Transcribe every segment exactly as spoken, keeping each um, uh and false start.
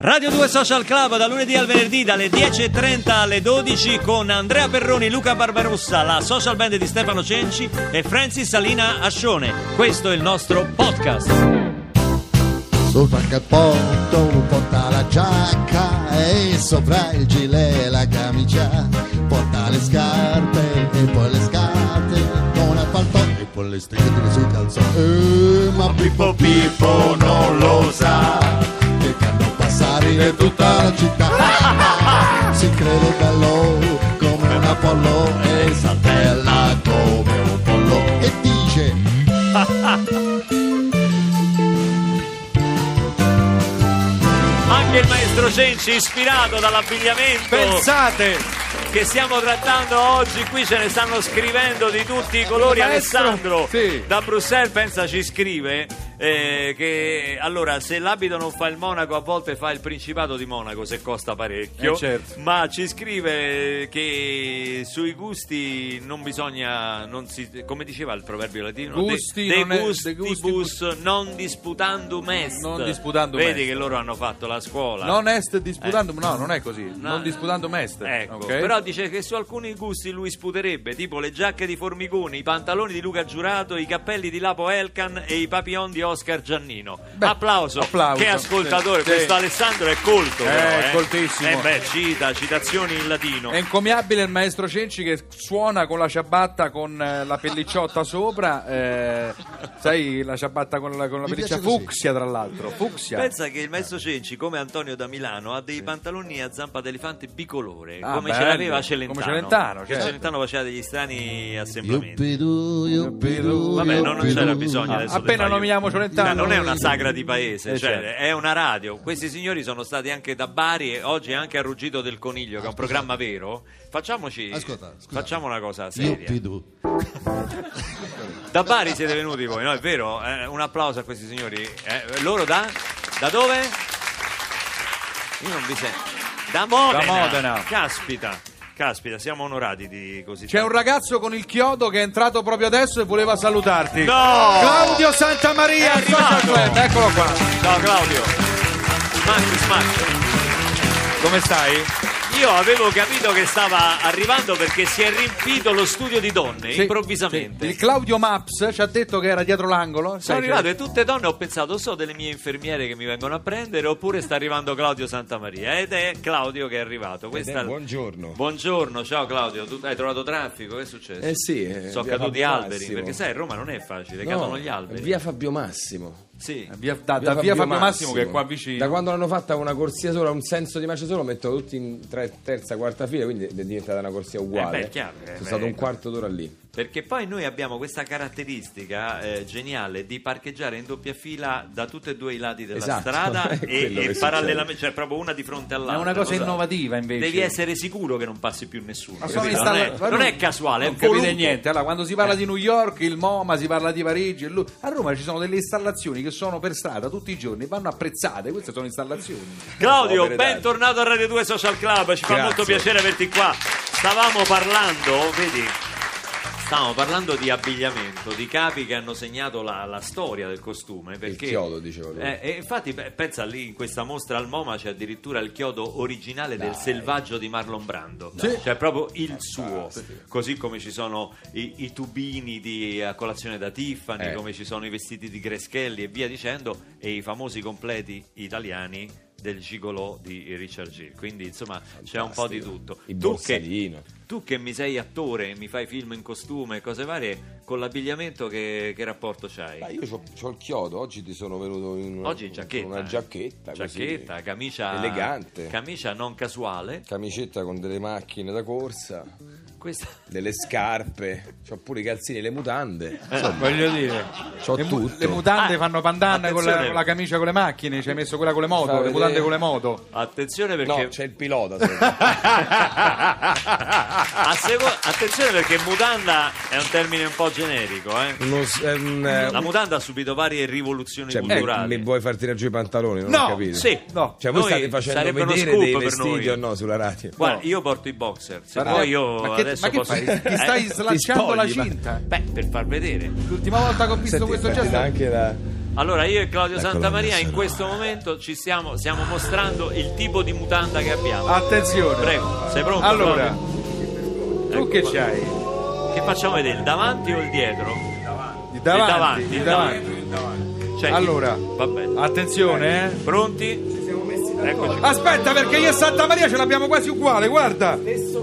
Radio due Social Club da lunedì al venerdì dalle dieci e trenta alle dodici con Andrea Perroni, Luca Barbarossa, la social band di Stefano Cenci e Francis Salina Ascione. Questo è il nostro podcast. Sopra il cappotto uno porta la giacca e sopra il gilet la camicia, porta le scarpe e poi le scarpe, non ha palto e poi le stelle sui calzoni. Eh, ma Pippo Pippo non lo sa che fanno passare tutta la città. Si crede bello come un Apollo e saltella come un pollo e dice Anche il maestro Cenci, ispirato dall'abbigliamento, pensate che stiamo trattando oggi, qui ce ne stanno scrivendo di tutti i colori. Maestro, Alessandro sì. da Bruxelles, pensa, ci scrive eh, che allora se l'abito non fa il Monaco, a volte fa il Principato di Monaco, se costa parecchio. Eh, certo. Ma ci scrive che sui gusti non bisogna, non si, come diceva il proverbio latino, Gusti de, non de è- gustibus de gustibus non disputandum est. Non disputandum Vedi est. che loro hanno fatto la scuola. non est disputando, no, non è così. No. Non disputando est. Ecco, ok? però dice che su alcuni gusti lui sputerebbe, tipo le giacche di Formigoni, i pantaloni di Luca Giurato, i cappelli di Lapo Elkan e i papillon di Oscar Giannino. Beh, applauso. applauso, Che ascoltatore, sì, questo sì. Alessandro è colto, Eh, però, è coltissimo. Eh beh, cita, citazioni in latino. È encomiabile il maestro Cenci che suona con la ciabatta con eh, la pellicciotta sopra, eh, sai, la ciabatta con la, con la Mi pelliccia piace così. fucsia, tra l'altro. Fucsia. Pensa che il maestro Cenci, come Antonio da Milano, ha dei pantaloni a zampa d'elefante bicolore, Ah, come ce bello. l'aveva Celentano. Come Celentano, Che certo. Celentano faceva degli strani assemblamenti. Yuppidu, yuppidu, Vabbè, non, non c'era yuppidu. bisogno Ah, adesso. appena di fargli- nominiamo Celentano. Cioè, non è una sagra di paese, Eh, cioè, certo. è una radio. Questi signori sono stati anche da Bari e oggi anche a Ruggito del Coniglio, che è un programma vero. Facciamoci, Ascolta, scusa. facciamo una cosa seria. Yuppidu. Da Bari siete venuti voi, no? È vero? Eh, un applauso a questi signori. Eh, loro da? Da dove? Io non vi sento. Da Modena. Da Modena. Caspita, caspita, siamo onorati di così. C'è un ragazzo con il chiodo che è entrato proprio adesso e voleva salutarti. No! Claudio Santamaria, È arrivato! Social Club, eccolo qua. Ciao Claudio. Smacchi, smacchi. Come stai? Io avevo capito che stava arrivando perché si è riempito lo studio di donne, Sì, improvvisamente. sì. Il Claudio Maps ci ha detto che era dietro l'angolo. Sono Sai, arrivate tutte donne, ho pensato, so delle mie infermiere che mi vengono a prendere, oppure sta arrivando Claudio Santamaria. Ed è Claudio che è arrivato. Questa... Buongiorno. Buongiorno, ciao Claudio. Tu hai trovato traffico? Che è successo? Eh sì, eh, Sono via caduti Fabio alberi, Massimo. perché sai, Roma non è facile, No, cadono gli alberi. Via Fabio Massimo. Sì. Via, da, da via Fabio Massimo, che è qua vicino. Da quando l'hanno fatta una corsia sola, un senso di marcia solo, mettono tutti in tre- terza, quarta fila, quindi è diventata una corsia uguale. Eh beh, chiaro, eh, Sono beh, stato un ecco. quarto d'ora lì. Perché poi noi abbiamo questa caratteristica eh, geniale di parcheggiare in doppia fila da tutti e due i lati della Esatto, strada è e, quello e che parallelamente, cioè proprio una di fronte È all'altra. una cosa Cosa- innovativa invece. Devi essere sicuro che non passi più nessuno. Ma sono capito? installa- non, è, non è casuale, non è capite voluto. niente. Allora, quando si parla di New York, il MoMA, si parla di Parigi. il Lu- A Roma ci sono delle installazioni che sono per strada tutti i giorni, vanno apprezzate. Queste sono installazioni. Claudio, Povere date. bentornato a Radio due Social Club, ci fa Grazie. molto piacere averti qua. Stavamo parlando, vedi, stavamo parlando di abbigliamento, di capi che hanno segnato la, la storia del costume. Perché, Il chiodo, diceva lui. Eh, e infatti, beh, pensa lì in questa mostra al MoMA c'è addirittura il chiodo originale del selvaggio di Marlon Brando, Sì. cioè proprio il suo. Così come ci sono i, i tubini di A colazione da Tiffany, Eh. come ci sono i vestiti di Greschelli e via dicendo, e i famosi completi italiani del gigolò di Richard Gere. Quindi insomma c'è un po' di tutto. Il Tu che, borsalino. tu che mi sei attore, mi fai film in costume, cose varie, con l'abbigliamento che, che rapporto c'hai? Ma io c'ho, c'ho il chiodo, oggi ti sono venuto in una, Oggi giacchetta, con una eh. giacchetta, giacchetta, così, camicia elegante, camicia non casuale. camicetta con delle macchine da corsa, Questa delle scarpe, c'ho pure i calzini e le mutande, insomma, Voglio dire, c'ho le, mu- tutto. le mutande Ah, fanno pandanna con la, attenzione. con la camicia con le macchine. Ci hai messo quella con le moto, Fa le vedere. mutande con le moto. attenzione perché No, c'è il pilota sopra. A seco- attenzione perché mutanda è un termine un po' generico, eh? Uno s- è un, eh, La mutanda ha subito varie rivoluzioni cioè, culturali. eh, mi vuoi far tirare giù i pantaloni? Non No, ho capito. Sì, No. Cioè voi Noi state facendo sarebbe uno vedere scoop dei per vestiti noi. o no sulla radio? Guarda, No. io porto i boxer, se Ma- poi io ma che, adesso ma che posso... fai? Ti Eh, stai slacciando spogli, la ma- cinta? Beh, per far vedere. L'ultima volta che ho visto Senti, questo senti, gesto. anche da... Allora io e Claudio Eccolo Santamaria in messo, questo momento ci stiamo, stiamo mostrando il tipo di mutanda che abbiamo. Attenzione. Prego, sei pronto? Allora, Claudio? tu Ecco che qua. c'hai? Che facciamo vedere, il davanti o il dietro? Il Il davanti, davanti, il il davanti. Cioè, Allora, va bene. attenzione, eh. Pronti? Eccoci. Aspetta, perché io e Santa Maria ce l'abbiamo quasi uguale, guarda.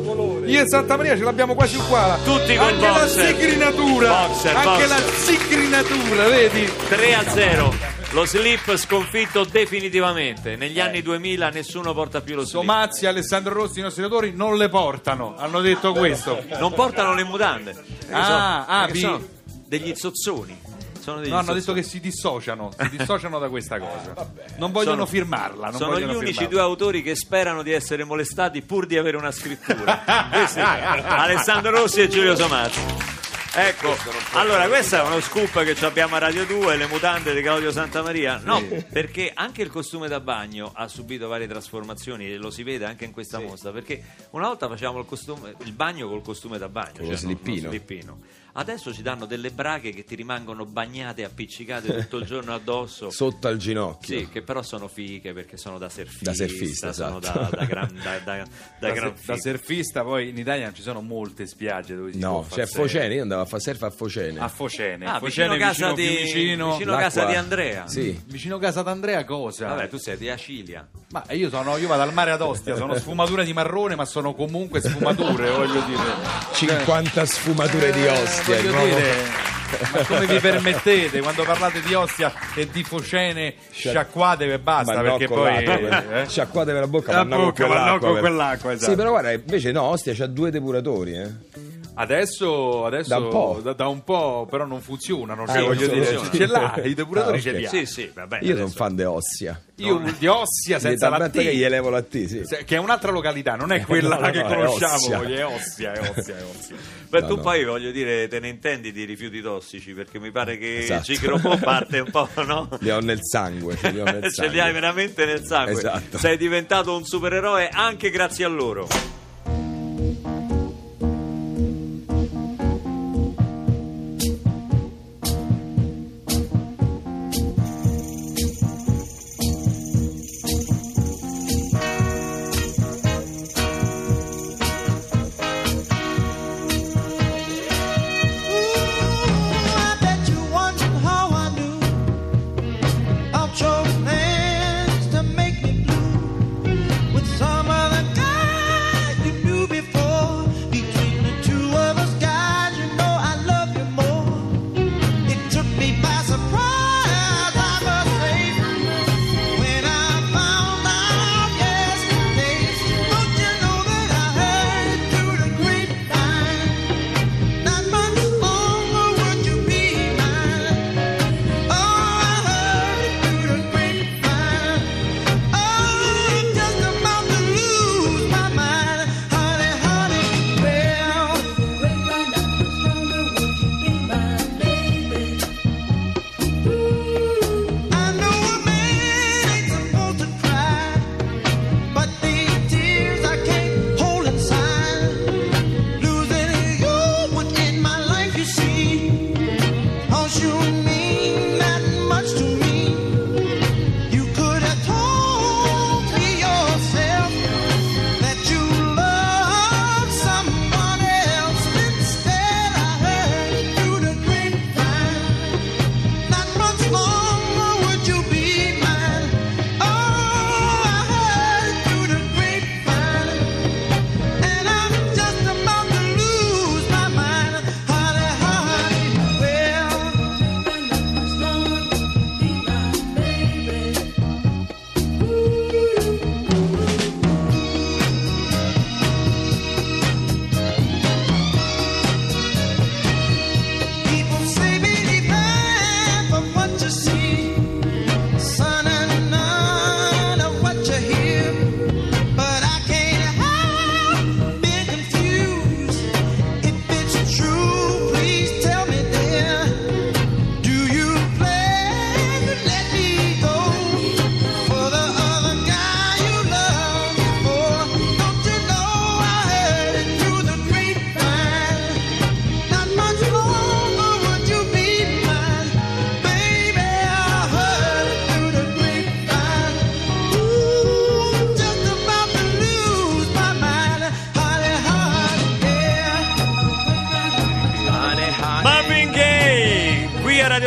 Io e Santa Maria ce l'abbiamo quasi uguale. Tutti col anche boxer. la zigrinatura. Boxer, anche boxer. la zigrinatura, vedi? tre a zero. Lo slip sconfitto definitivamente. Negli anni duemila nessuno porta più lo slip. Somazzi e Alessandro Rossi, i nostri autori, non le portano. Hanno detto questo. Non portano le mutande. Perché Ah, sono, ah, perché vi- sono degli zozzoni. Sono degli No, hanno detto zozzoni. che si dissociano, si dissociano da questa cosa. Non vogliono Sono- firmarla. Non Sono gli vogliono unici firmarla. due autori che sperano di essere molestati pur di avere una scrittura. Questi, Alessandro Rossi e Giulio Somazzi. Ecco, allora questo è uno scoop che abbiamo a Radio due, le mutande di Claudio Santamaria. No, perché anche il costume da bagno ha subito varie trasformazioni e lo si vede anche in questa mostra, perché una volta facevamo il, costume, il bagno col costume da bagno, Con lo cioè slippino. uno slippino. Adesso ci danno delle braghe che ti rimangono bagnate, appiccicate tutto il giorno addosso. Sotto al ginocchio. Sì, che però sono fiche perché sono da surfista, Da surfista, sono esatto. da, da gran, da, da, da Da, gran se- da figo. surfista, poi in Italia non ci sono molte spiagge dove si può No, far c'è surf. Focene, io andavo a fare surf a Focene. A Focene. Ah, Focene vicino casa di, Fiumicino. vicino L'acqua- casa di Andrea. Sì. Vicino casa d'Andrea cosa? Vabbè, tu sei di Acilia. Ma io sono, io vado al mare ad Ostia, sono sfumature di marrone, ma sono comunque sfumature, voglio dire. cinquanta sfumature di Ostia. Voglio proprio. dire, ma come vi permettete quando parlate di Ostia e di Focene sciacquatevi e basta, Ma no, perché con poi l'acqua, eh? sciacquatevi la bocca, La ma no bocca, con ma no quell'acqua, con per- quell'acqua, esatto. Sì, però guarda, invece no, Ostia c'ha due depuratori, eh. adesso, adesso Da un po'. da, da un po' però non funzionano, Ah, cioè, non voglio dire, funziona. ce l'ha, i depuratori Ah, ce ok. li ha. Sì, sì, vabbè. Io sono adesso- fan di Ostia. Io di Ostia senza la Talmente T, che gli elevo la T, sì. se- che è un'altra località, non è quella No, no, che no, è conosciamo, Ostia. è Ostia, è Ostia, è Ostia. Beh, No, tu no. poi voglio dire, te ne intendi di rifiuti tossici, perché mi pare che Esatto. il Gigrobo parte un po', no? Li ho nel sangue, ce li ho nel Ce sangue. li hai veramente nel sangue. Esatto. Sei diventato un supereroe anche grazie a loro. I bet you wondered how I knew I chose plans to make me blue with some other guy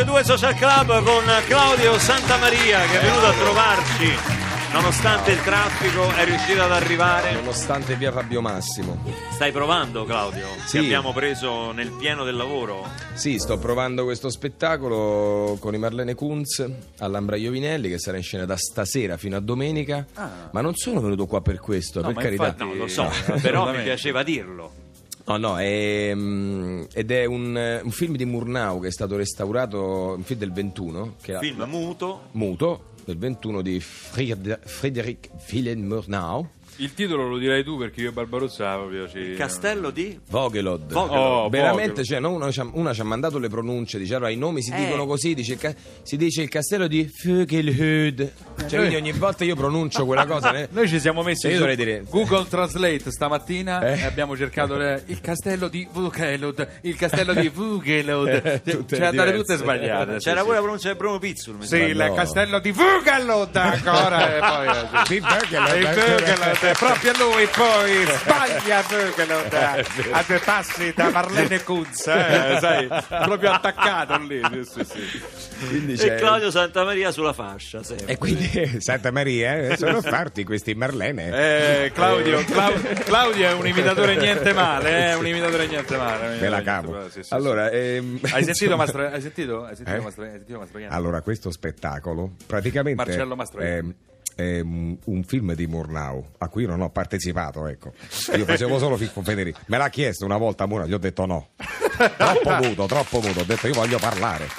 due Social Club con Claudio Santamaria che è venuto a trovarci. Nonostante il traffico è riuscito ad arrivare. Nonostante via Fabio Massimo. Stai provando, Claudio? Sì. Che abbiamo preso nel pieno del lavoro. Sì, sto provando questo spettacolo con i Marlene Kunz all'Ambra Iovinelli, che sarà in scena da stasera fino a domenica. Ah. Ma non sono venuto qua per questo, No, per ma carità. infatti- No, lo so, No, però mi assolutamente. piaceva dirlo. No, no, è, mm, ed è un, un film di Murnau che è stato restaurato, un film del ventuno, che era- Film muto. muto, del ventuno di Fried- Frédéric Villeneuve. Il titolo lo direi tu perché io e Barbarossa proprio ci... Il castello di... Vogelod. Vogelod. Oh, Veramente, Vogelod. cioè, no, una, ci ha, una ci ha mandato le pronunce, dice allora i nomi si Eh. dicono così, dice il ca- si dice il castello di Vogelhöd. Cioè, quindi ogni volta io pronuncio quella cosa. ne- Noi ci siamo messi Io su dovrei dire- Google Translate stamattina Eh? e abbiamo cercato le- il castello di Vogelod, il castello di Vogelod. Eh, tutte Cioè, andate diverse. tutte sbagliate. C'era sì, pure la sì. pronuncia di Bruno Pizzul. mi Sì, sembra. il no. castello di Vogelod ancora e poi eh, sì. Sì, Vogelod. Il Vogelod, è proprio lui poi sbaglia Vogelod a due passi da Marlene Kunz, eh, sai, proprio attaccato lì. Sì, sì, sì. Quindi E c'è- Claudio Santamaria sulla fascia, sempre. E quindi Santa Maria, eh, sono farti questi Marlene. Eh, Claudio, Clau- Claudio è un imitatore niente male, eh, è un imitatore niente male. Me la cavo. Sì, sì, sì. Allora, ehm, Hai sentito insomma- Mastro? Hai sentito? Hai sentito Eh? Mastro? Hai sentito Mastroianni? Allora, questo spettacolo praticamente Marcello è, Mastroianni. è un un film di Murnau a cui io non ho partecipato, ecco. Io facevo solo film con Federico. Me l'ha chiesto una volta Murnau, gli ho detto no. Troppo muto, troppo muto. Ho detto io voglio parlare.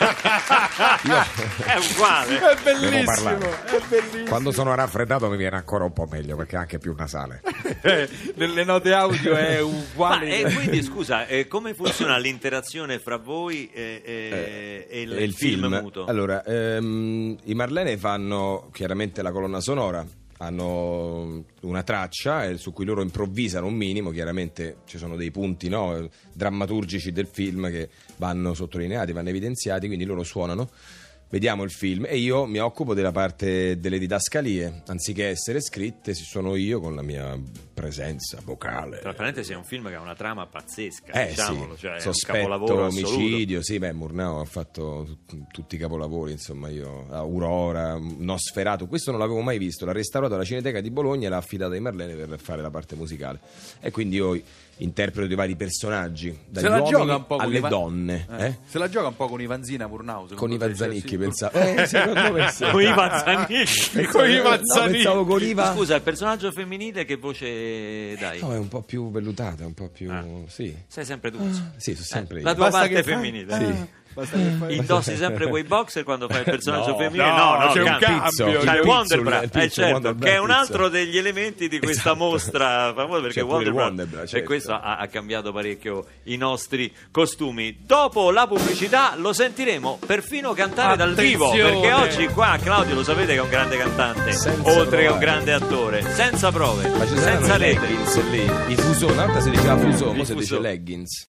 Io È uguale. È devo bellissimo, parlare. è bellissimo. Quando sono raffreddato mi viene ancora un po' meglio perché è anche più nasale. Eh, nelle note audio è Ma, uguale. e quindi scusa, eh, come funziona l'interazione fra voi e, e- e il, E il film, film, muto? allora ehm, i Marlene fanno chiaramente la colonna sonora, hanno una traccia eh, su cui loro improvvisano un minimo, chiaramente ci sono dei punti no, drammaturgici del film che vanno sottolineati, vanno evidenziati, quindi loro suonano, vediamo il film e io mi occupo della parte delle didascalie, anziché essere scritte ci sono io con la mia presenza vocale. Tra parentesi è un film che ha una trama pazzesca, Eh diciamolo, sì, cioè è un sospetto, capolavoro assoluto. omicidio, sì, beh, Murnau ha fatto tut- tutti i capolavori, insomma, io, Aurora, Nosferatu, questo non l'avevo mai visto, l'ha restaurato alla Cineteca di Bologna e l'ha affidato ai Marlene per fare la parte musicale. E quindi io interpreto i vari personaggi, dagli Se la uomini gioca un po' con alle i va- donne, Eh, eh? Se la gioca un po' con Ivanzina Murnau. secondo Con i te? Vanzanicchi, Cioè, sì. pensavo. Eh, secondo me sì. Con i Vanzanicchi. Con i No, Vanzanicchi. pensavo con Iva. Scusa, il personaggio femminile che voce dai? No, è un po' più vellutata, un po' più... Ah. sì. Sei sempre tu. Sì, sono sempre Eh, io. la tua Basta parte che fai- femminile. Sì. Basta che fai- Indossi sempre quei boxer quando fai il personaggio No, femminile? no, c'è un cambia. cambio, Pizzo, C'è il Pizzul, Wonderbra, il eh, Pizzo, certo, Wonderbra che è un Pizzo. altro degli elementi di questa Esatto. mostra famosa, perché C'è pure il Wonderbra, Wonderbra, e certo. questo ha, ha cambiato parecchio i nostri costumi. Dopo la pubblicità lo sentiremo perfino cantare dal vivo, Attenzione. perché oggi qua Claudio lo sapete che è un grande cantante, Senza oltre che un provare. grande attore, senza prove, Ma ci senza saranno i rete. leggings lì, i fuso, una volta si diceva fuso, ora si dice fuso. leggings.